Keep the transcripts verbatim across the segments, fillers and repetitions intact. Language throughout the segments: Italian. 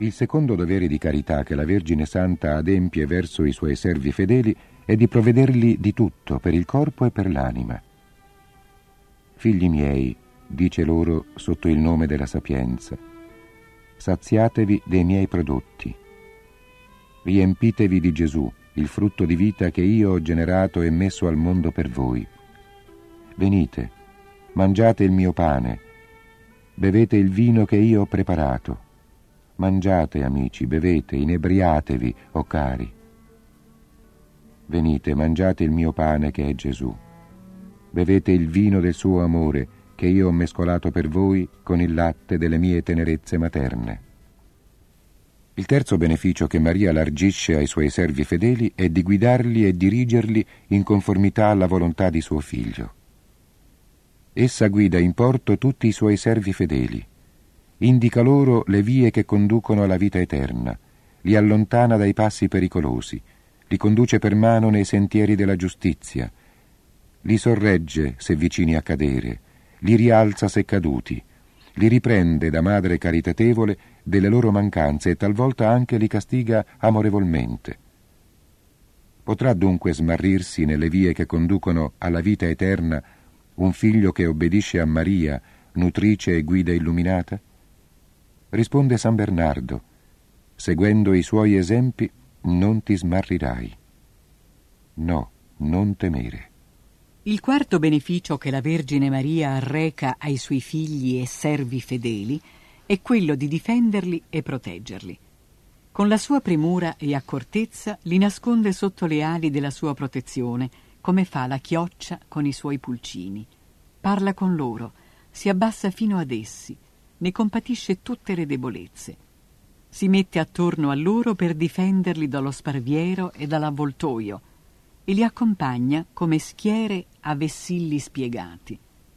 Il secondo dovere di carità che la Vergine Santa adempie verso i suoi servi fedeli è di provvederli di tutto per il corpo e per l'anima. Figli miei, dice loro sotto il nome della sapienza, saziatevi dei miei prodotti, riempitevi di Gesù, il frutto di vita che io ho generato e messo al mondo per voi. Venite, mangiate il mio pane, bevete il vino che io ho preparato. Mangiate, amici, bevete, inebriatevi, o cari. Venite, mangiate il mio pane che è Gesù. Bevete il vino del suo amore che io ho mescolato per voi con il latte delle mie tenerezze materne. Il terzo beneficio che Maria largisce ai suoi servi fedeli è di guidarli e dirigerli in conformità alla volontà di suo Figlio. Essa guida in porto tutti i suoi servi fedeli, indica loro le vie che conducono alla vita eterna, li allontana dai passi pericolosi, li conduce per mano nei sentieri della giustizia, li sorregge se vicini a cadere, li rialza se caduti, li riprende da madre caritatevole delle loro mancanze e talvolta anche li castiga amorevolmente. Potrà dunque smarrirsi nelle vie che conducono alla vita eterna un figlio che obbedisce a Maria, nutrice e guida illuminata? Risponde San Bernardo, seguendo i suoi esempi non ti smarrirai. No, non temere. Il quarto beneficio che la Vergine Maria arreca ai suoi figli e servi fedeli è quello di difenderli e proteggerli. Con la sua premura e accortezza li nasconde sotto le ali della sua protezione, come fa la chioccia con i suoi pulcini. Parla con loro, si abbassa fino ad essi, ne compatisce tutte le debolezze. Si mette attorno a loro per difenderli dallo sparviero e dall'avvoltoio e li accompagna come schiere a vessilli spiegati.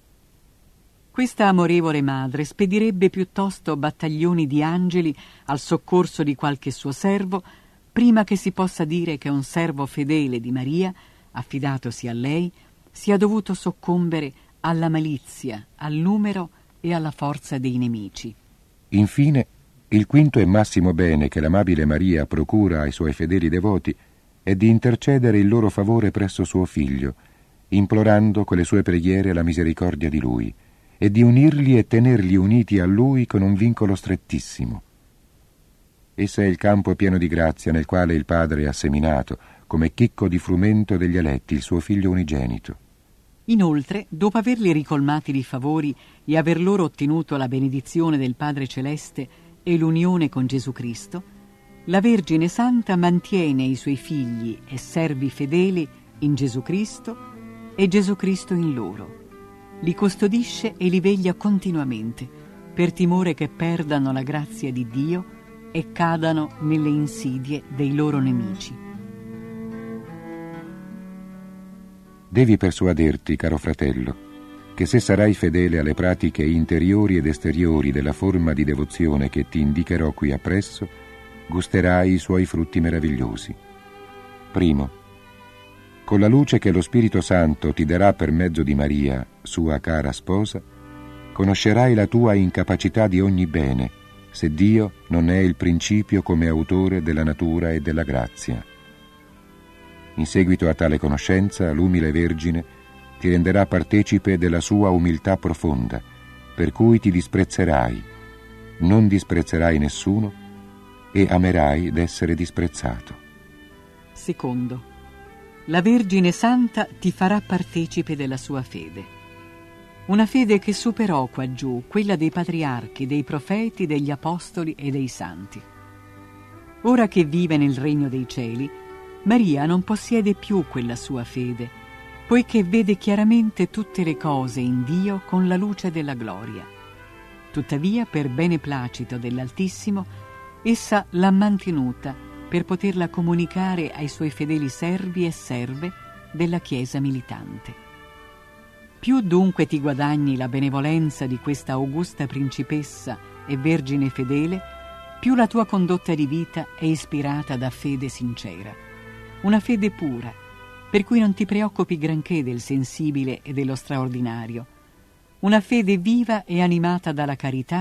Questa amorevole madre spedirebbe piuttosto battaglioni di angeli al soccorso di qualche suo servo prima che si possa dire che un servo fedele di Maria, affidatosi a lei, sia dovuto soccombere alla malizia, al numero e alla forza dei nemici. Infine, il quinto e massimo bene che l'amabile Maria procura ai suoi fedeli devoti è di intercedere il loro favore presso suo Figlio, implorando con le sue preghiere la misericordia di Lui, e di unirli e tenerli uniti a Lui con un vincolo strettissimo. Essa è il campo pieno di grazia nel quale il Padre ha seminato, come chicco di frumento degli eletti, il suo Figlio unigenito. Inoltre, dopo averli ricolmati di favori e aver loro ottenuto la benedizione del Padre Celeste e l'unione con Gesù Cristo, la Vergine Santa mantiene i suoi figli e servi fedeli in Gesù Cristo e Gesù Cristo in loro. Li custodisce e li veglia continuamente, per timore che perdano la grazia di Dio e cadano nelle insidie dei loro nemici. Devi persuaderti, caro fratello, che se sarai fedele alle pratiche interiori ed esteriori della forma di devozione che ti indicherò qui appresso, gusterai i suoi frutti meravigliosi. Primo, con la luce che lo Spirito Santo ti darà per mezzo di Maria, sua cara sposa, conoscerai la tua incapacità di ogni bene, se Dio non è il principio come autore della natura e della grazia. In seguito a tale conoscenza, l'umile Vergine ti renderà partecipe della sua umiltà profonda, per cui ti disprezzerai, non disprezzerai nessuno e amerai d'essere disprezzato. Secondo, la Vergine Santa ti farà partecipe della sua fede. Una fede che superò quaggiù quella dei patriarchi, dei profeti, degli apostoli e dei santi. Ora che vive nel regno dei cieli, Maria non possiede più quella sua fede, poiché vede chiaramente tutte le cose in Dio con la luce della gloria. Tuttavia, per beneplacito dell'Altissimo, essa l'ha mantenuta per poterla comunicare ai suoi fedeli servi e serve della Chiesa militante. Più dunque ti guadagni la benevolenza di questa augusta principessa e vergine fedele, più la tua condotta di vita è ispirata da fede sincera. Una fede pura, per cui non ti preoccupi granché del sensibile e dello straordinario. Una fede viva e animata dalla carità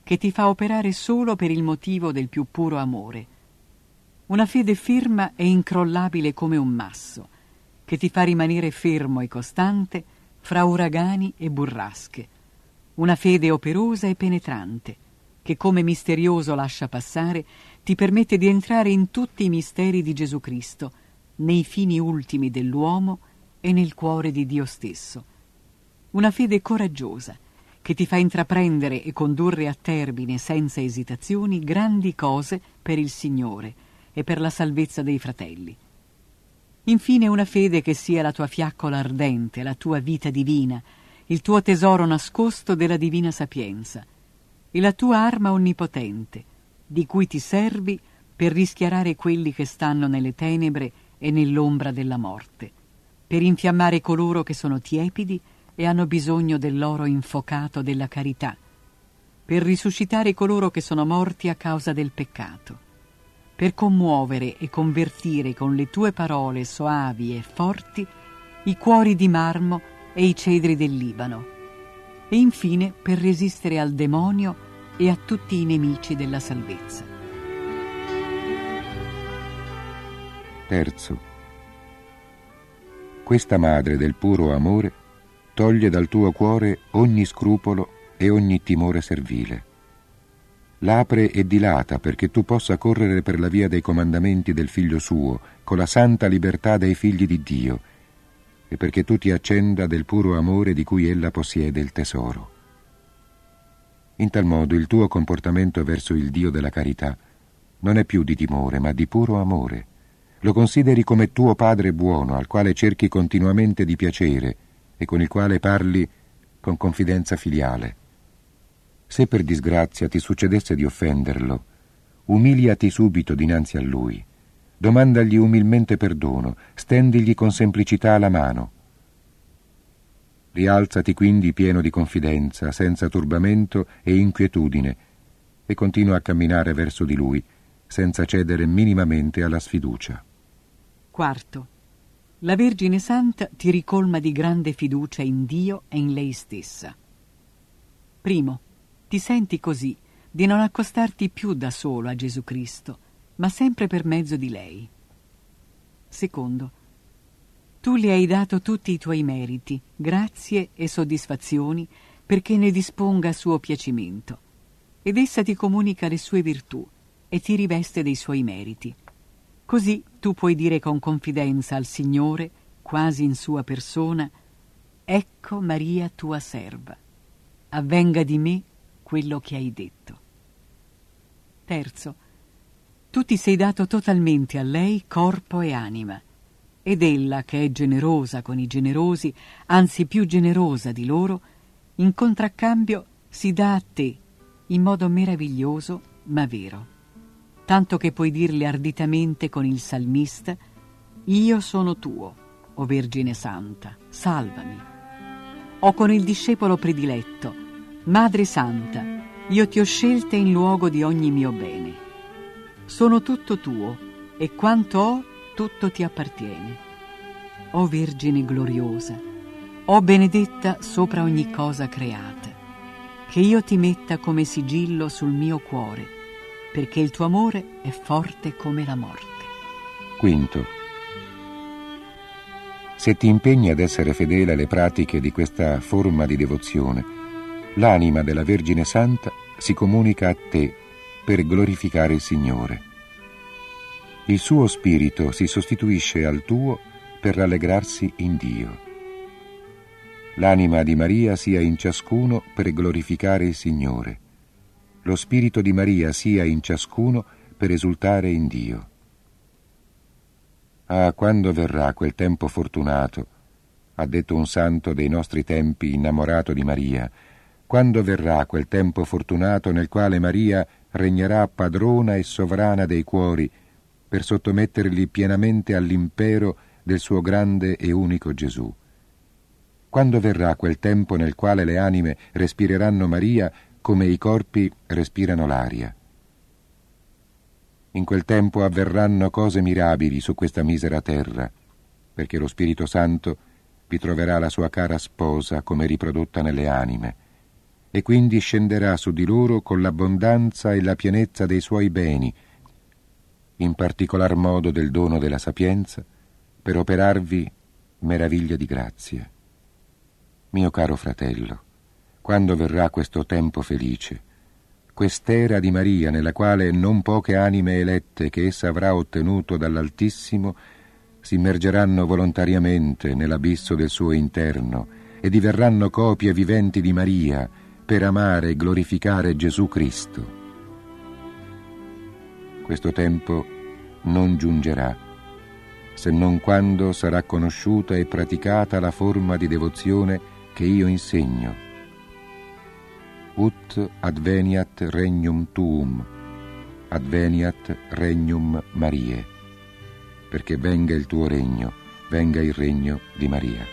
che ti fa operare solo per il motivo del più puro amore. Una fede ferma e incrollabile come un masso, che ti fa rimanere fermo e costante fra uragani e burrasche. Una fede operosa e penetrante, che come misterioso lascia passare ti permette di entrare in tutti i misteri di Gesù Cristo, nei fini ultimi dell'uomo e nel cuore di Dio stesso. Una fede coraggiosa, che ti fa intraprendere e condurre a termine senza esitazioni grandi cose per il Signore e per la salvezza dei fratelli. Infine una fede che sia la tua fiaccola ardente, la tua vita divina, il tuo tesoro nascosto della divina sapienza, e la tua arma onnipotente, di cui ti servi per rischiarare quelli che stanno nelle tenebre e nell'ombra della morte, per infiammare coloro che sono tiepidi e hanno bisogno dell'oro infocato della carità, per risuscitare coloro che sono morti a causa del peccato, per commuovere e convertire con le tue parole soavi e forti i cuori di marmo e i cedri del Libano, e infine per resistere al demonio e a tutti i nemici della salvezza. Terzo. Questa madre del puro amore toglie dal tuo cuore ogni scrupolo e ogni timore servile. L'apre e dilata perché tu possa correre per la via dei comandamenti del Figlio suo, con la santa libertà dei figli di Dio, e perché tu ti accenda del puro amore di cui ella possiede il tesoro. In tal modo il tuo comportamento verso il Dio della carità non è più di timore, ma di puro amore. Lo consideri come tuo Padre buono, al quale cerchi continuamente di piacere e con il quale parli con confidenza filiale. Se per disgrazia ti succedesse di offenderlo, umiliati subito dinanzi a lui, domandagli umilmente perdono, stendigli con semplicità la mano. Rialzati quindi pieno di confidenza, senza turbamento e inquietudine, e continua a camminare verso di lui, senza cedere minimamente alla sfiducia. Quarto. La Vergine Santa ti ricolma di grande fiducia in Dio e in lei stessa. Primo. Ti senti così di non accostarti più da solo a Gesù Cristo, ma sempre per mezzo di lei. Secondo. Tu le hai dato tutti i tuoi meriti, grazie e soddisfazioni perché ne disponga a suo piacimento, ed essa ti comunica le sue virtù e ti riveste dei suoi meriti. Così tu puoi dire con confidenza al Signore, quasi in sua persona: ecco Maria tua serva, avvenga di me quello che hai detto. Terzo, tu ti sei dato totalmente a lei corpo e anima, ed ella, che è generosa con i generosi, anzi più generosa di loro, in contraccambio si dà a te in modo meraviglioso ma vero, tanto che puoi dirle arditamente con il salmista: io sono tuo, o Vergine Santa, salvami. O con il discepolo prediletto: Madre Santa, io ti ho scelta in luogo di ogni mio bene. Sono tutto tuo, e quanto ho, tutto ti appartiene. O Vergine gloriosa, o benedetta sopra ogni cosa creata, che io ti metta come sigillo sul mio cuore, perché il tuo amore è forte come la morte. Quinto. Se ti impegni ad essere fedele alle pratiche di questa forma di devozione, l'anima della Vergine Santa si comunica a te per glorificare il Signore. Il suo spirito si sostituisce al tuo per rallegrarsi in Dio. L'anima di Maria sia in ciascuno per glorificare il Signore. Lo spirito di Maria sia in ciascuno per esultare in Dio. Ah, quando verrà quel tempo fortunato, ha detto un santo dei nostri tempi innamorato di Maria, quando verrà quel tempo fortunato nel quale Maria regnerà padrona e sovrana dei cuori per sottometterli pienamente all'impero del suo grande e unico Gesù. Quando verrà quel tempo nel quale le anime respireranno Maria come i corpi respirano l'aria. In quel tempo avverranno cose mirabili su questa misera terra, perché lo Spirito Santo vi troverà la sua cara sposa come riprodotta nelle anime, e quindi scenderà su di loro con l'abbondanza e la pienezza dei suoi beni, in particolar modo del dono della sapienza, per operarvi meraviglie di grazie. Mio caro fratello, quando verrà questo tempo felice, quest'era di Maria nella quale non poche anime elette che essa avrà ottenuto dall'Altissimo si immergeranno volontariamente nell'abisso del suo interno e diverranno copie viventi di Maria per amare e glorificare Gesù Cristo. Questo tempo non giungerà, se non quando sarà conosciuta e praticata la forma di devozione che io insegno. Ut adveniat regnum tuum, adveniat regnum Mariae, perché venga il tuo regno, venga il regno di Maria.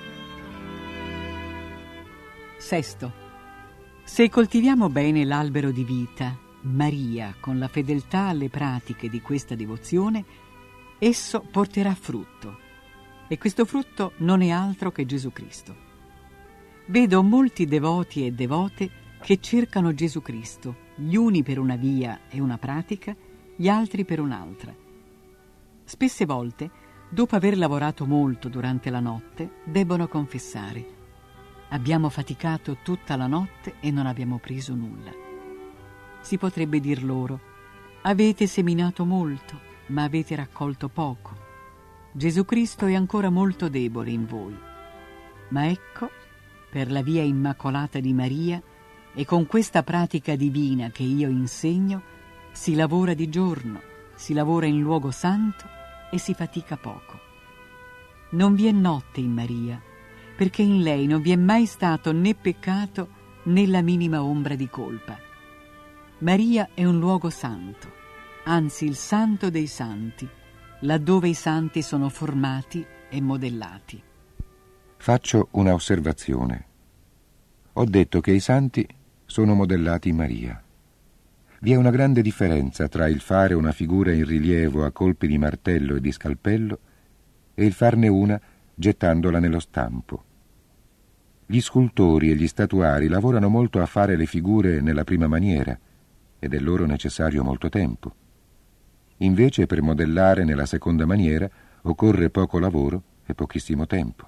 Sesto. Se coltiviamo bene l'albero di vita, Maria, con la fedeltà alle pratiche di questa devozione, esso porterà frutto. E questo frutto non è altro che Gesù Cristo. Vedo molti devoti e devote che cercano Gesù Cristo, gli uni per una via e una pratica, gli altri per un'altra. Spesse volte, dopo aver lavorato molto durante la notte, debbono confessare: abbiamo faticato tutta la notte e non abbiamo preso nulla. Si potrebbe dir loro: avete seminato molto, ma avete raccolto poco. Gesù Cristo è ancora molto debole in voi. Ma ecco, per la via immacolata di Maria e con questa pratica divina che io insegno, si lavora di giorno, si lavora in luogo santo e si fatica poco. Non vi è notte in Maria, perché in lei non vi è mai stato né peccato né la minima ombra di colpa. Maria è un luogo santo, anzi il santo dei santi, laddove i santi sono formati e modellati. Faccio una osservazione. Ho detto che i santi sono modellati in Maria. Vi è una grande differenza tra il fare una figura in rilievo a colpi di martello e di scalpello e il farne una gettandola nello stampo. Gli scultori e gli statuari lavorano molto a fare le figure nella prima maniera ed è loro necessario molto tempo. Invece per modellare nella seconda maniera occorre poco lavoro e pochissimo tempo.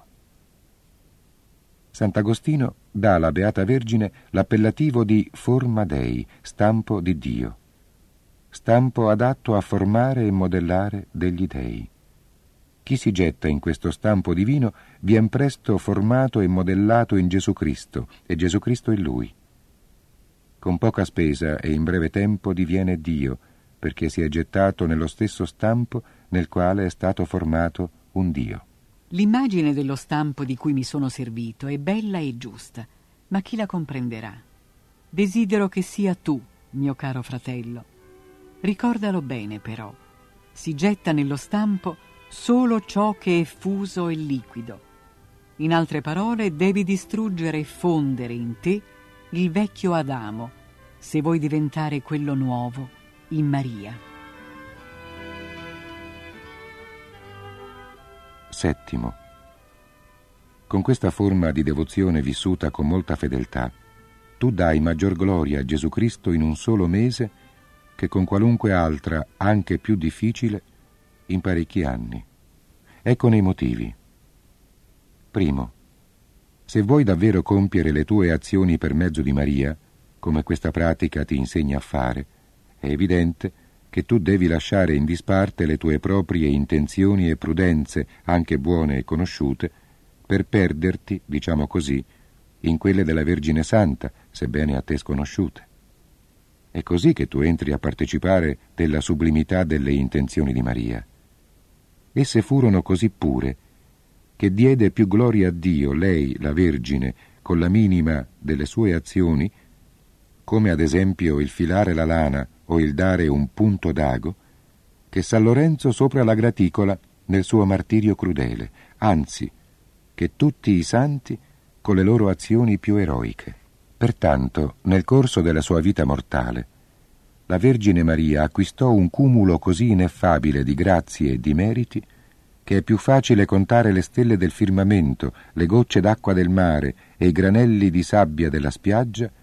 Sant'Agostino dà alla Beata Vergine l'appellativo di forma Dei, stampo di Dio, stampo adatto a formare e modellare degli dei. Chi si getta in questo stampo divino vien presto formato e modellato in Gesù Cristo e Gesù Cristo in lui. Con poca spesa e in breve tempo diviene Dio, perché si è gettato nello stesso stampo nel quale è stato formato un Dio. L'immagine dello stampo di cui mi sono servito è bella e giusta, ma chi la comprenderà? Desidero che sia tu, mio caro fratello. Ricordalo bene, però. Si getta nello stampo solo ciò che è fuso e liquido. In altre parole, devi distruggere e fondere in te il vecchio Adamo, se vuoi diventare quello nuovo in Maria. Settimo. Con questa forma di devozione vissuta con molta fedeltà, tu dai maggior gloria a Gesù Cristo in un solo mese che con qualunque altra, anche più difficile, in parecchi anni. Eccone i motivi. Primo, se vuoi davvero compiere le tue azioni per mezzo di Maria, come questa pratica ti insegna a fare, è evidente che tu devi lasciare in disparte le tue proprie intenzioni e prudenze, anche buone e conosciute, per perderti, diciamo così, in quelle della Vergine Santa, sebbene a te sconosciute. È così che tu entri a partecipare della sublimità delle intenzioni di Maria. Esse furono così pure che diede più gloria a Dio, lei, la Vergine, con la minima delle sue azioni, come ad esempio il filare la lana o il dare un punto d'ago, che San Lorenzo sopra la graticola nel suo martirio crudele, anzi, che tutti i santi con le loro azioni più eroiche. Pertanto, nel corso della sua vita mortale, la Vergine Maria acquistò un cumulo così ineffabile di grazie e di meriti che è più facile contare le stelle del firmamento, le gocce d'acqua del mare e i granelli di sabbia della spiaggia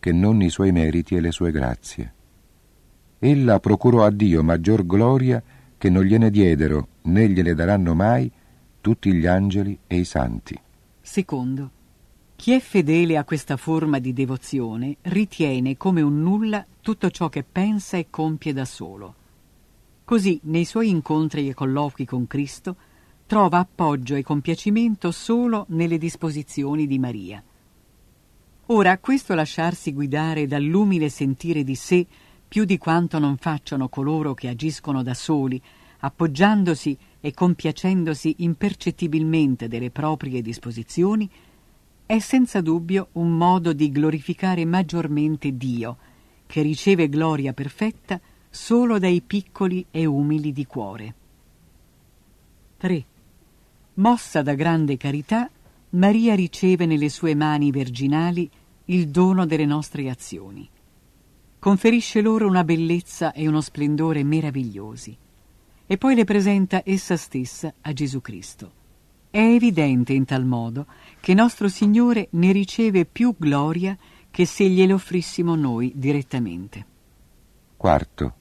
che non i suoi meriti e le sue grazie. Ella procurò a Dio maggior gloria che non gliene diedero né gliene daranno mai tutti gli angeli e i santi. Secondo, chi è fedele a questa forma di devozione ritiene come un nulla tutto ciò che pensa e compie da solo. Così, nei suoi incontri e colloqui con Cristo, trova appoggio e compiacimento solo nelle disposizioni di Maria. Ora, questo lasciarsi guidare dall'umile sentire di sé più di quanto non facciano coloro che agiscono da soli, appoggiandosi e compiacendosi impercettibilmente delle proprie disposizioni, è senza dubbio un modo di glorificare maggiormente Dio, che riceve gloria perfetta solo dai piccoli e umili di cuore. tre. Mossa da grande carità, Maria riceve nelle sue mani virginali il dono delle nostre azioni. Conferisce loro una bellezza e uno splendore meravigliosi, e poi le presenta essa stessa a Gesù Cristo. È evidente in tal modo che nostro Signore ne riceve più gloria che se gliele offrissimo noi direttamente. Quarto.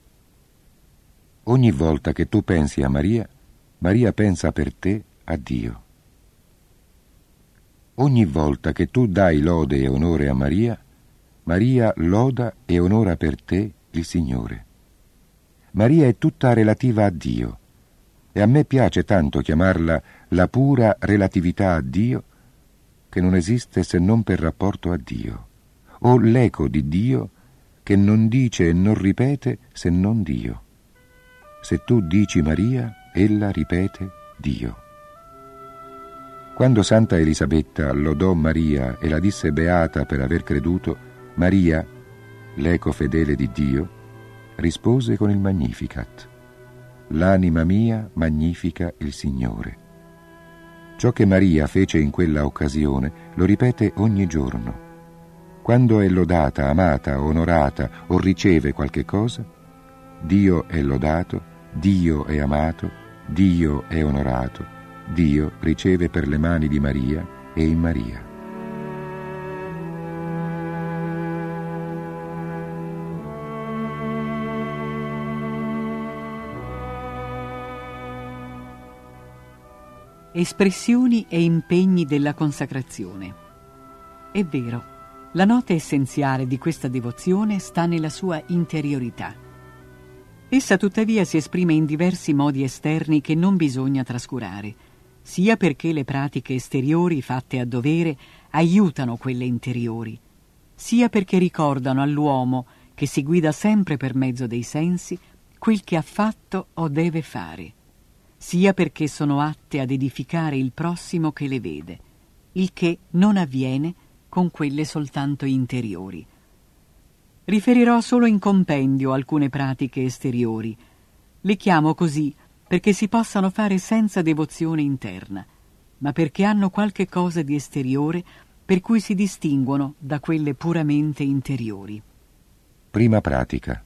Ogni volta che tu pensi a Maria, Maria pensa per te a Dio. Ogni volta che tu dai lode e onore a Maria, Maria loda e onora per te il Signore. Maria è tutta relativa a Dio, e a me piace tanto chiamarla la pura relatività a Dio, che non esiste se non per rapporto a Dio, o l'eco di Dio che non dice e non ripete se non Dio. Se tu dici Maria, ella ripete Dio. Quando Santa Elisabetta lodò Maria e la disse beata per aver creduto, Maria, l'eco fedele di Dio, rispose con il Magnificat: l'anima mia magnifica il Signore. Ciò che Maria fece in quella occasione lo ripete ogni giorno. Quando è lodata, amata, onorata o riceve qualche cosa, Dio è lodato, Dio è amato, Dio è onorato, Dio riceve per le mani di Maria e in Maria. Espressioni e impegni della consacrazione. È vero, la nota essenziale di questa devozione sta nella sua interiorità. Essa tuttavia si esprime in diversi modi esterni che non bisogna trascurare, sia perché le pratiche esteriori fatte a dovere aiutano quelle interiori, sia perché ricordano all'uomo che si guida sempre per mezzo dei sensi quel che ha fatto o deve fare, sia perché sono atte ad edificare il prossimo che le vede, il che non avviene con quelle soltanto interiori. Riferirò solo in compendio alcune pratiche esteriori. Le chiamo così perché si possano fare senza devozione interna, ma perché hanno qualche cosa di esteriore per cui si distinguono da quelle puramente interiori. Prima pratica.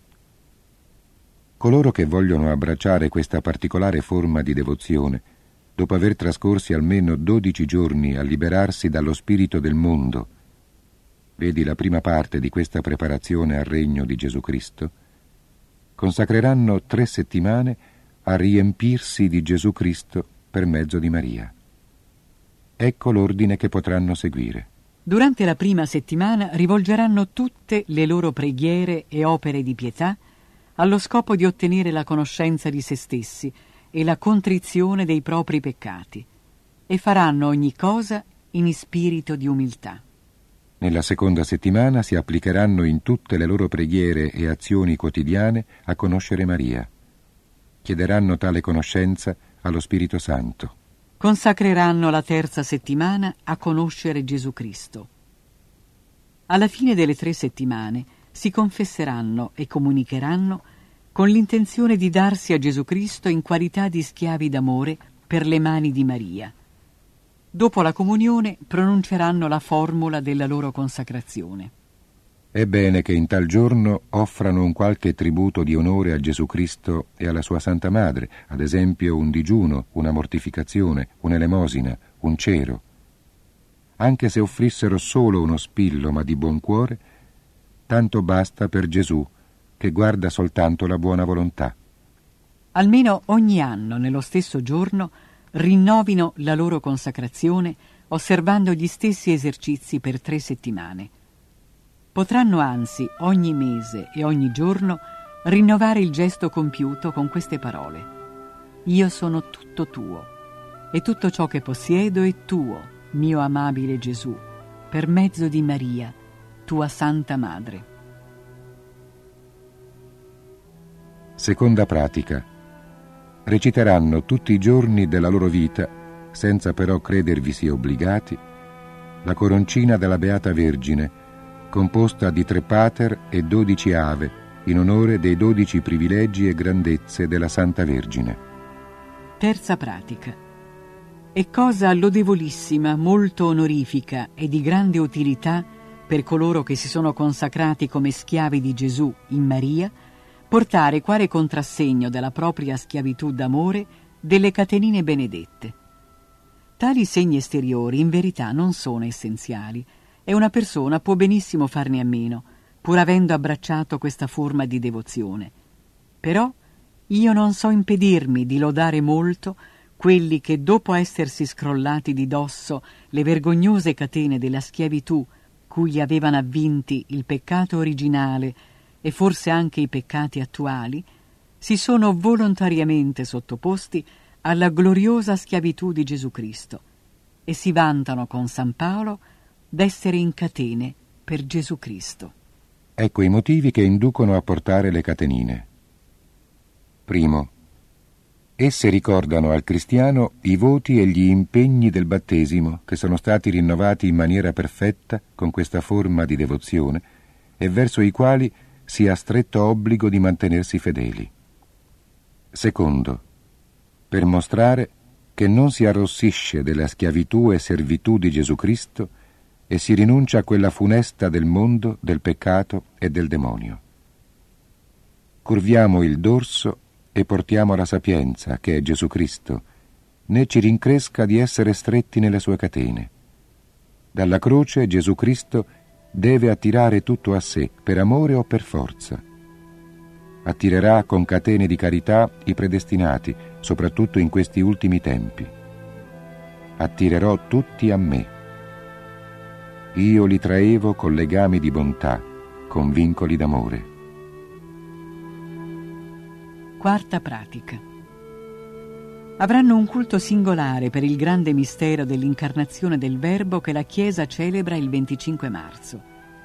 Coloro che vogliono abbracciare questa particolare forma di devozione, dopo aver trascorsi almeno dodici giorni a liberarsi dallo spirito del mondo, vedi la prima parte di questa preparazione al regno di Gesù Cristo, consacreranno tre settimane a riempirsi di Gesù Cristo per mezzo di Maria. Ecco l'ordine che potranno seguire. Durante la prima settimana rivolgeranno tutte le loro preghiere e opere di pietà allo scopo di ottenere la conoscenza di se stessi e la contrizione dei propri peccati, e faranno ogni cosa in spirito di umiltà. Nella seconda settimana si applicheranno in tutte le loro preghiere e azioni quotidiane a conoscere Maria. Chiederanno tale conoscenza allo Spirito Santo. Consacreranno la terza settimana a conoscere Gesù Cristo. Alla fine delle tre settimane si confesseranno e comunicheranno con l'intenzione di darsi a Gesù Cristo in qualità di schiavi d'amore per le mani di Maria. Dopo la comunione pronunceranno la formula della loro consacrazione. È bene che in tal giorno offrano un qualche tributo di onore a Gesù Cristo e alla sua Santa Madre, ad esempio un digiuno, una mortificazione, un'elemosina, un cero. Anche se offrissero solo uno spillo, ma di buon cuore, tanto basta per Gesù, che guarda soltanto la buona volontà. Almeno ogni anno, nello stesso giorno, rinnovino la loro consacrazione osservando gli stessi esercizi per tre settimane. Potranno anzi ogni mese e ogni giorno rinnovare il gesto compiuto con queste parole: io sono tutto tuo e tutto ciò che possiedo è tuo, mio amabile Gesù, per mezzo di Maria, tua Santa Madre. Seconda pratica. Reciteranno tutti i giorni della loro vita, senza però credervisi obbligati, la coroncina della Beata Vergine, composta di tre pater e dodici ave, in onore dei dodici privilegi e grandezze della Santa Vergine. Terza pratica. È cosa lodevolissima, molto onorifica e di grande utilità per coloro che si sono consacrati come schiavi di Gesù in Maria, portare quale contrassegno della propria schiavitù d'amore delle catenine benedette. Tali segni esteriori in verità non sono essenziali e una persona può benissimo farne a meno, pur avendo abbracciato questa forma di devozione. Però io non so impedirmi di lodare molto quelli che, dopo essersi scrollati di dosso le vergognose catene della schiavitù cui li avevano avvinti il peccato originale e forse anche i peccati attuali, si sono volontariamente sottoposti alla gloriosa schiavitù di Gesù Cristo e si vantano con San Paolo d'essere in catene per Gesù Cristo. Ecco i motivi che inducono a portare le catenine. Primo, esse ricordano al cristiano i voti e gli impegni del battesimo che sono stati rinnovati in maniera perfetta con questa forma di devozione e verso i quali si ha stretto obbligo di mantenersi fedeli. Secondo, per mostrare che non si arrossisce della schiavitù e servitù di Gesù Cristo e si rinuncia a quella funesta del mondo, del peccato e del demonio. Curviamo il dorso e portiamo la sapienza, che è Gesù Cristo, né ci rincresca di essere stretti nelle sue catene. Dalla croce Gesù Cristo deve attirare tutto a sé, per amore o per forza. Attirerà con catene di carità i predestinati, soprattutto in questi ultimi tempi. Attirerò tutti a me. Io li traevo con legami di bontà, con vincoli d'amore. Quarta pratica. Avranno un culto singolare per il grande mistero dell'incarnazione del Verbo che la Chiesa celebra il venticinque marzo.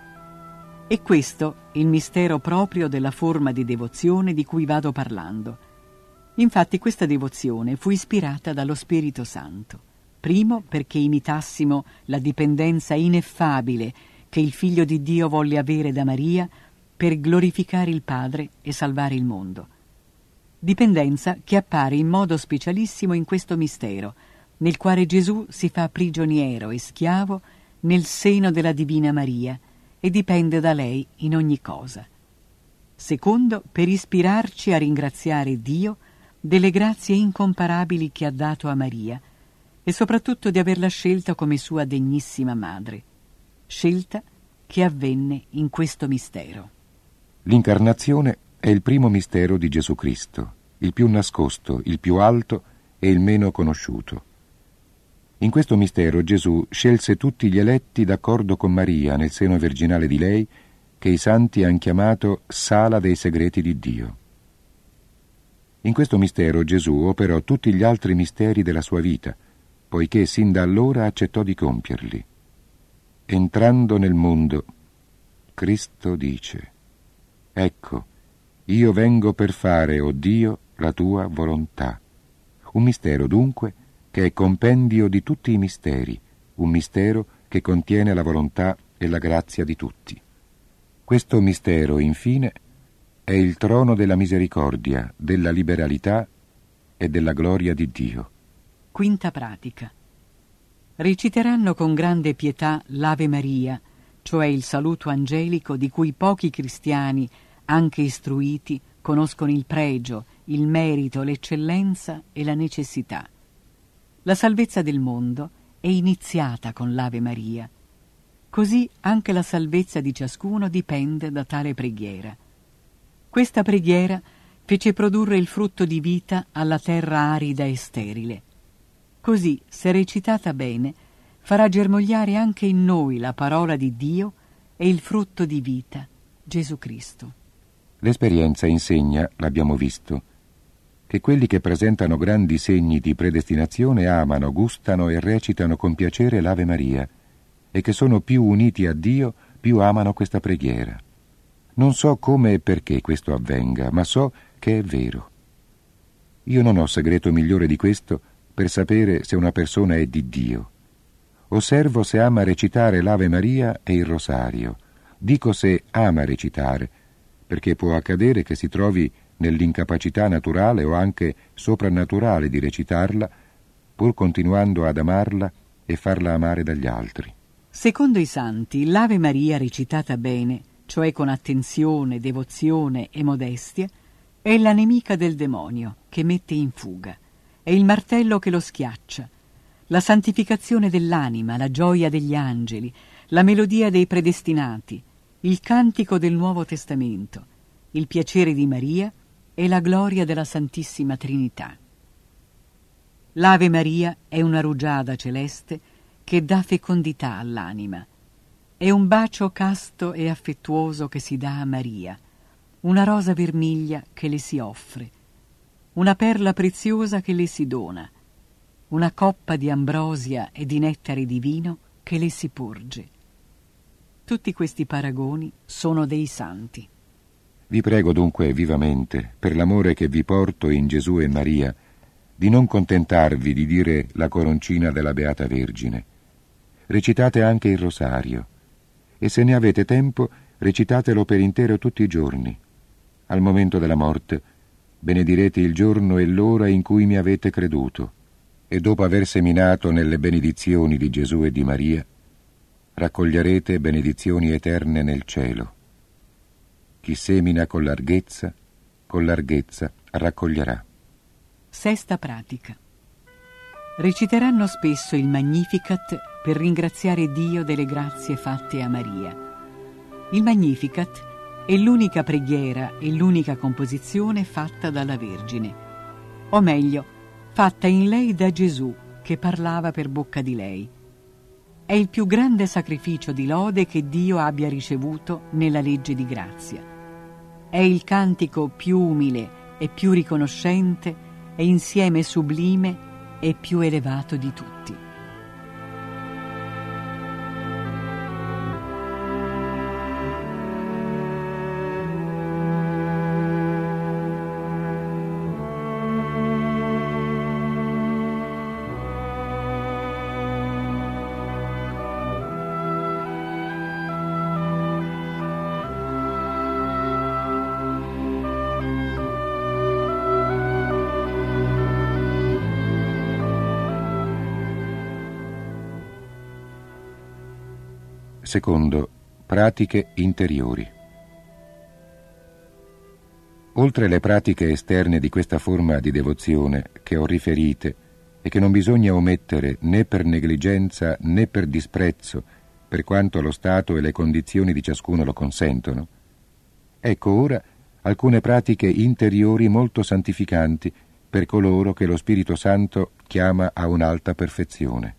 E questo il mistero proprio della forma di devozione di cui vado parlando. Infatti questa devozione fu ispirata dallo Spirito Santo. Primo, perché imitassimo la dipendenza ineffabile che il Figlio di Dio volle avere da Maria per glorificare il Padre e salvare il mondo. Dipendenza che appare in modo specialissimo in questo mistero, nel quale Gesù si fa prigioniero e schiavo nel seno della Divina Maria e dipende da lei in ogni cosa. Secondo, per ispirarci a ringraziare Dio delle grazie incomparabili che ha dato a Maria e soprattutto di averla scelta come sua degnissima madre, scelta che avvenne in questo mistero. L'incarnazione è il primo mistero di Gesù Cristo, il più nascosto, il più alto e il meno conosciuto. In questo mistero Gesù scelse tutti gli eletti d'accordo con Maria nel seno virginale di lei, che i santi hanno chiamato Sala dei segreti di Dio. In questo mistero Gesù operò tutti gli altri misteri della sua vita, poiché sin da allora accettò di compierli. Entrando nel mondo, Cristo dice: «Ecco, io vengo per fare, o Dio, la tua volontà». Un mistero, dunque, che è compendio di tutti i misteri, un mistero che contiene la volontà e la grazia di tutti. Questo mistero, infine, è il trono della misericordia, della liberalità e della gloria di Dio. Quinta pratica. Reciteranno con grande pietà l'Ave Maria, cioè il saluto angelico di cui pochi cristiani, anche istruiti, conoscono il pregio, il merito, l'eccellenza e la necessità. La salvezza del mondo è iniziata con l'Ave Maria. così anche la salvezza di ciascuno dipende da tale preghiera. Questa preghiera fece produrre il frutto di vita alla terra arida e sterile. Così, se recitata bene, farà germogliare anche in noi la parola di Dio e il frutto di vita, Gesù Cristo. L'esperienza insegna, l'abbiamo visto, che quelli che presentano grandi segni di predestinazione amano, gustano e recitano con piacere l'Ave Maria, e che sono più uniti a Dio, più amano questa preghiera. Non so come e perché questo avvenga, ma so che è vero. Io non ho segreto migliore di questo per sapere se una persona è di Dio. Osservo se ama recitare l'Ave Maria e il Rosario. Dico se ama recitare, perché può accadere che si trovi nell'incapacità naturale o anche soprannaturale di recitarla, pur continuando ad amarla e farla amare dagli altri. Secondo i santi, l'Ave Maria recitata bene, cioè con attenzione, devozione e modestia, è la nemica del demonio che mette in fuga, è il martello che lo schiaccia, la santificazione dell'anima, la gioia degli angeli, la melodia dei predestinati, il cantico del Nuovo Testamento, il piacere di Maria e la gloria della Santissima Trinità. L'Ave Maria è una rugiada celeste che dà fecondità all'anima. È un bacio casto e affettuoso che si dà a Maria, una rosa vermiglia che le si offre, una perla preziosa che le si dona, una coppa di ambrosia e di nettare divino che le si porge. Tutti questi paragoni sono dei santi. Vi prego dunque vivamente, per l'amore che vi porto in Gesù e Maria, di non contentarvi di dire la coroncina della Beata Vergine. Recitate anche il Rosario, e se ne avete tempo, recitatelo per intero tutti i giorni. Al momento della morte, benedirete il giorno e l'ora in cui mi avete creduto, e dopo aver seminato nelle benedizioni di Gesù e di Maria, raccoglierete benedizioni eterne nel cielo. Chi semina con larghezza, con larghezza raccoglierà. Sesta pratica. Reciteranno spesso il Magnificat per ringraziare Dio delle grazie fatte a Maria. Il Magnificat è l'unica preghiera e l'unica composizione fatta dalla Vergine, o meglio, fatta in lei da Gesù, che parlava per bocca di lei. È il più grande sacrificio di lode che Dio abbia ricevuto nella legge di grazia. È il cantico più umile e più riconoscente e insieme sublime e più elevato di tutti. Secondo, pratiche interiori. Oltre le pratiche esterne di questa forma di devozione che ho riferite e che non bisogna omettere né per negligenza né per disprezzo, per quanto lo stato e le condizioni di ciascuno lo consentono, ecco ora alcune pratiche interiori molto santificanti per coloro che lo Spirito Santo chiama a un'alta perfezione.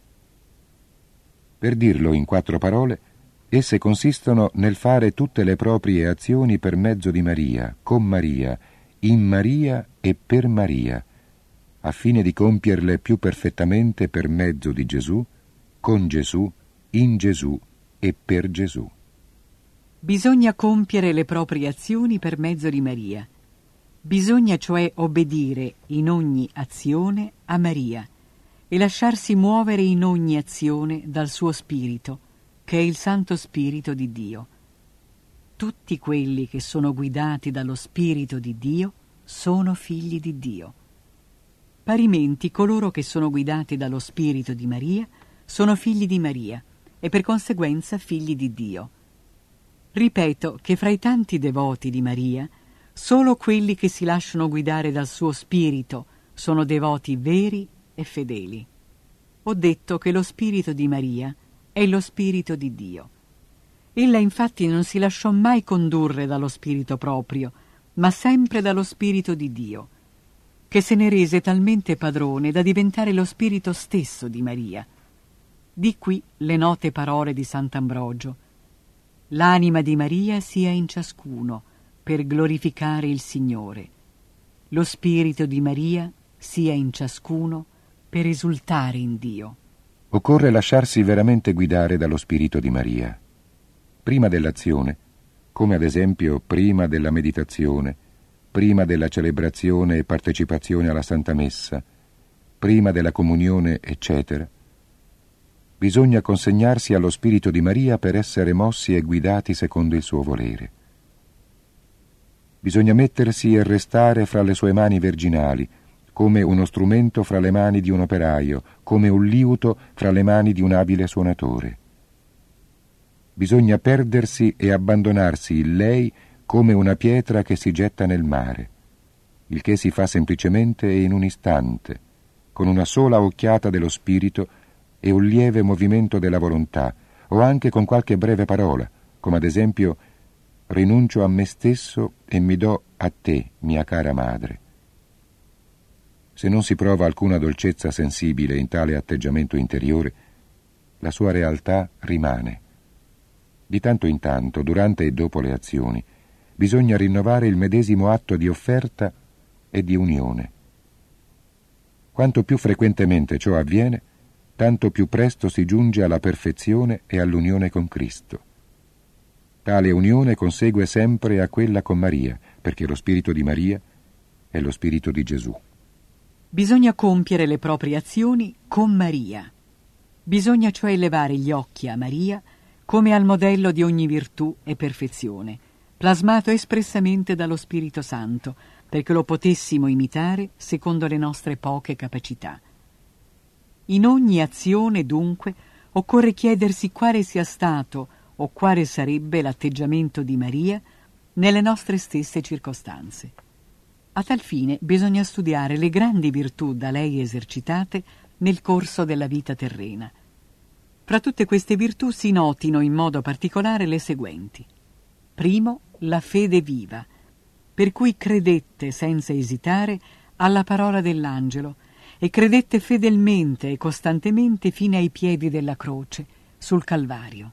Per dirlo in quattro parole, esse consistono nel fare tutte le proprie azioni per mezzo di Maria, con Maria, in Maria e per Maria, a fine di compierle più perfettamente per mezzo di Gesù, con Gesù, in Gesù e per Gesù. Bisogna compiere le proprie azioni per mezzo di Maria. Bisogna cioè obbedire in ogni azione a Maria e lasciarsi muovere in ogni azione dal suo Spirito, che è il Santo Spirito di Dio. Tutti quelli che sono guidati dallo Spirito di Dio sono figli di Dio. Parimenti coloro che sono guidati dallo Spirito di Maria sono figli di Maria e per conseguenza figli di Dio. Ripeto che fra i tanti devoti di Maria, solo quelli che si lasciano guidare dal suo Spirito sono devoti veri e fedeli. Ho detto che lo Spirito di Maria è lo Spirito di Dio. Ella infatti non si lasciò mai condurre dallo spirito proprio, ma sempre dallo Spirito di Dio, che se ne rese talmente padrone da diventare lo spirito stesso di Maria. Di qui le note parole di Sant'Ambrogio: l'anima di Maria sia in ciascuno per glorificare il Signore. Lo spirito di Maria sia in ciascuno per esultare in Dio. Occorre lasciarsi veramente guidare dallo Spirito di Maria. Prima dell'azione, come ad esempio prima della meditazione, prima della celebrazione e partecipazione alla Santa Messa, prima della comunione, eccetera, bisogna consegnarsi allo Spirito di Maria per essere mossi e guidati secondo il suo volere. Bisogna mettersi e restare fra le sue mani virginali, come uno strumento fra le mani di un operaio, come un liuto fra le mani di un abile suonatore. Bisogna perdersi e abbandonarsi in lei come una pietra che si getta nel mare, il che si fa semplicemente e in un istante, con una sola occhiata dello spirito e un lieve movimento della volontà, o anche con qualche breve parola, come ad esempio: rinuncio a me stesso e mi do a te, mia cara madre. Se non si prova alcuna dolcezza sensibile in tale atteggiamento interiore, la sua realtà rimane. Di tanto in tanto, durante e dopo le azioni, bisogna rinnovare il medesimo atto di offerta e di unione. Quanto più frequentemente ciò avviene, tanto più presto si giunge alla perfezione e all'unione con Cristo. Tale unione consegue sempre a quella con Maria, perché lo Spirito di Maria è lo Spirito di Gesù. Bisogna compiere le proprie azioni con Maria. Bisogna cioè elevare gli occhi a Maria come al modello di ogni virtù e perfezione, plasmato espressamente dallo Spirito Santo, perché lo potessimo imitare secondo le nostre poche capacità. In ogni azione, dunque, occorre chiedersi quale sia stato o quale sarebbe l'atteggiamento di Maria nelle nostre stesse circostanze. A tal fine bisogna studiare le grandi virtù da lei esercitate nel corso della vita terrena. Fra tutte queste virtù si notino in modo particolare le seguenti. Primo, la fede viva, per cui credette senza esitare alla parola dell'angelo e credette fedelmente e costantemente fino ai piedi della croce, sul Calvario.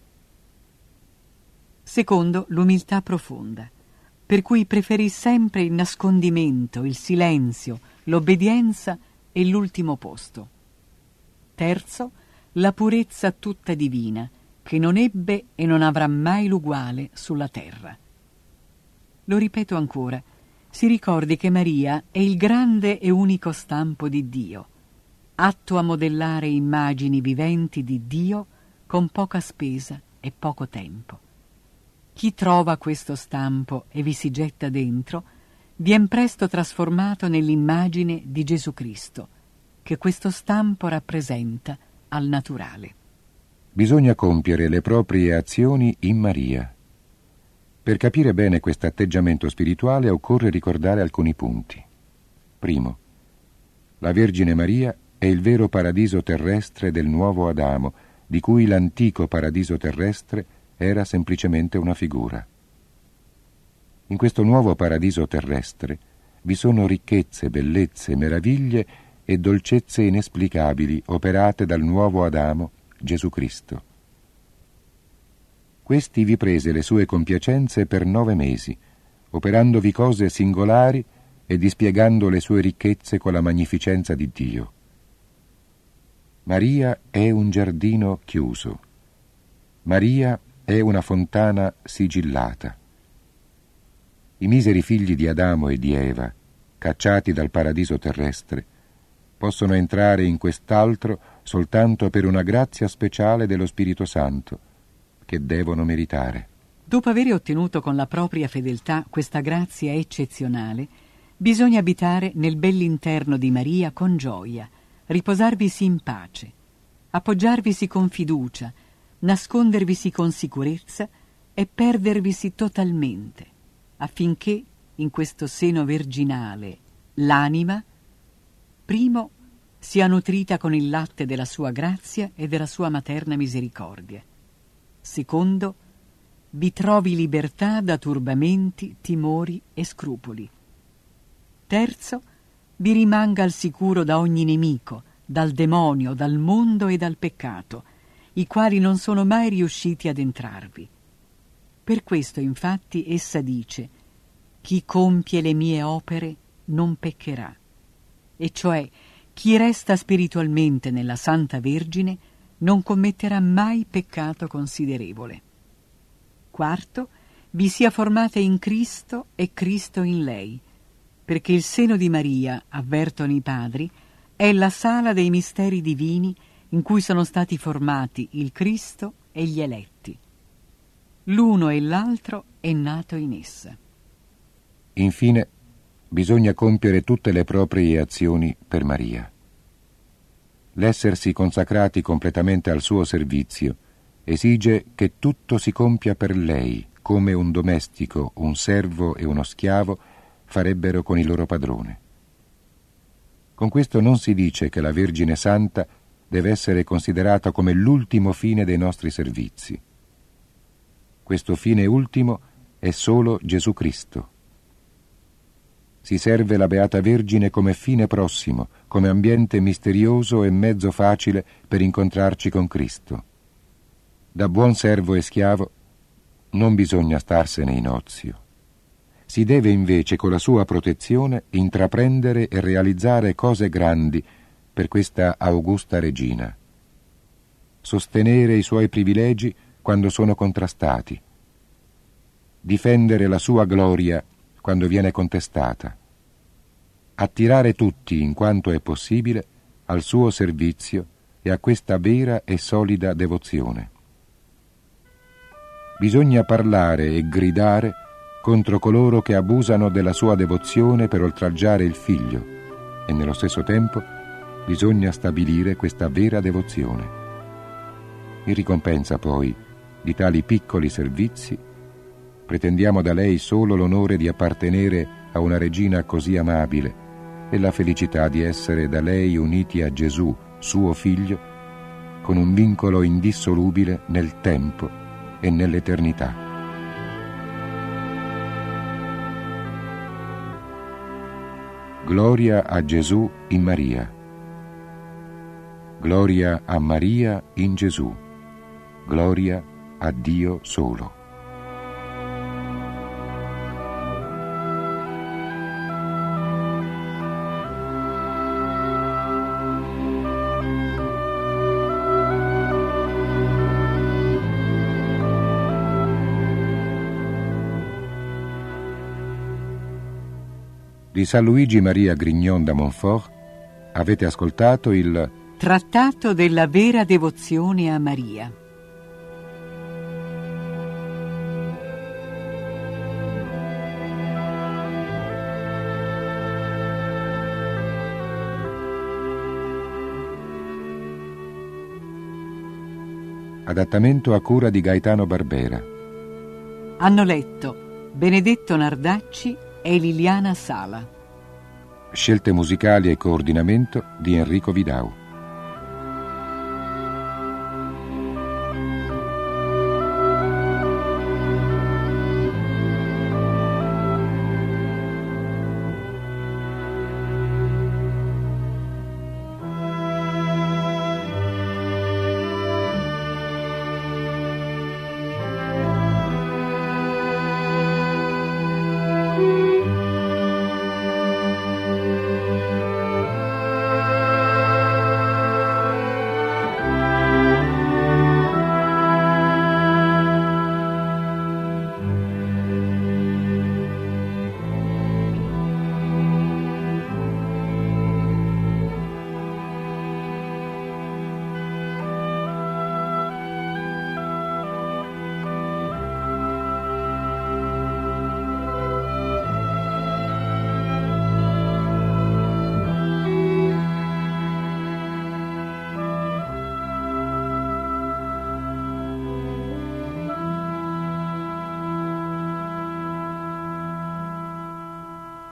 Secondo, l'umiltà profonda, per cui preferì sempre il nascondimento, il silenzio, l'obbedienza e l'ultimo posto. Terzo, la purezza tutta divina, che non ebbe e non avrà mai l'uguale sulla terra. Lo ripeto ancora, si ricordi che Maria è il grande e unico stampo di Dio, atto a modellare immagini viventi di Dio con poca spesa e poco tempo. Chi trova questo stampo e vi si getta dentro, vien presto trasformato nell'immagine di Gesù Cristo, che questo stampo rappresenta al naturale. Bisogna compiere le proprie azioni in Maria. Per capire bene questo atteggiamento spirituale occorre ricordare alcuni punti. Primo, la Vergine Maria è il vero paradiso terrestre del nuovo Adamo, di cui l'antico paradiso terrestre era semplicemente una figura. In questo nuovo paradiso terrestre vi sono ricchezze, bellezze, meraviglie e dolcezze inesplicabili operate dal nuovo Adamo, Gesù Cristo. Questi vi prese le sue compiacenze per nove mesi, operandovi cose singolari e dispiegando le sue ricchezze con la magnificenza di Dio. Maria è un giardino chiuso. Maria è una fontana sigillata. I miseri figli di Adamo e di Eva, cacciati dal paradiso terrestre, possono entrare in quest'altro soltanto per una grazia speciale dello Spirito Santo, che devono meritare. Dopo aver ottenuto con la propria fedeltà questa grazia eccezionale, bisogna abitare nel bell'interno di Maria con gioia, riposarvisi in pace, appoggiarvisi con fiducia, nascondervisi con sicurezza e perdervisi totalmente, affinché in questo seno virginale l'anima, primo, sia nutrita con il latte della sua grazia e della sua materna misericordia. Secondo, vi trovi libertà da turbamenti, timori e scrupoli. Terzo, vi rimanga al sicuro da ogni nemico, dal demonio, dal mondo e dal peccato, i quali non sono mai riusciti ad entrarvi. Per questo, infatti, essa dice: chi compie le mie opere non peccherà, e cioè chi resta spiritualmente nella Santa Vergine non commetterà mai peccato considerevole. Quarto, vi sia formata in Cristo e Cristo in lei, perché il seno di Maria, avvertono i padri, è la sala dei misteri divini in cui sono stati formati il Cristo e gli eletti. L'uno e l'altro è nato in essa. Infine, bisogna compiere tutte le proprie azioni per Maria. L'essersi consacrati completamente al suo servizio esige che tutto si compia per lei, come un domestico, un servo e uno schiavo farebbero con il loro padrone. Con questo non si dice che la Vergine Santa deve essere considerata come l'ultimo fine dei nostri servizi. Questo fine ultimo è solo Gesù Cristo. Si serve la Beata Vergine come fine prossimo, come ambiente misterioso e mezzo facile per incontrarci con Cristo. Da buon servo e schiavo non bisogna starsene in ozio. Si deve invece con la sua protezione intraprendere e realizzare cose grandi per questa augusta regina. Sostenere i suoi privilegi quando sono contrastati. Difendere la sua gloria quando viene contestata. Attirare tutti, in quanto è possibile, al suo servizio e a questa vera e solida devozione. Bisogna parlare e gridare contro coloro che abusano della sua devozione per oltraggiare il Figlio, e nello stesso tempo bisogna stabilire questa vera devozione. In ricompensa, poi, di tali piccoli servizi, pretendiamo da lei solo l'onore di appartenere a una regina così amabile e la felicità di essere da lei uniti a Gesù, suo Figlio, con un vincolo indissolubile nel tempo e nell'eternità. Gloria a Gesù in Maria. Gloria a Maria in Gesù. Gloria a Dio solo. Di San Luigi Maria Grignon da Montfort avete ascoltato il Trattato della vera devozione a Maria. Adattamento a cura di Gaetano Barbera. Hanno letto Benedetto Nardacci e Liliana Sala. Scelte musicali e coordinamento di Enrico Vidau.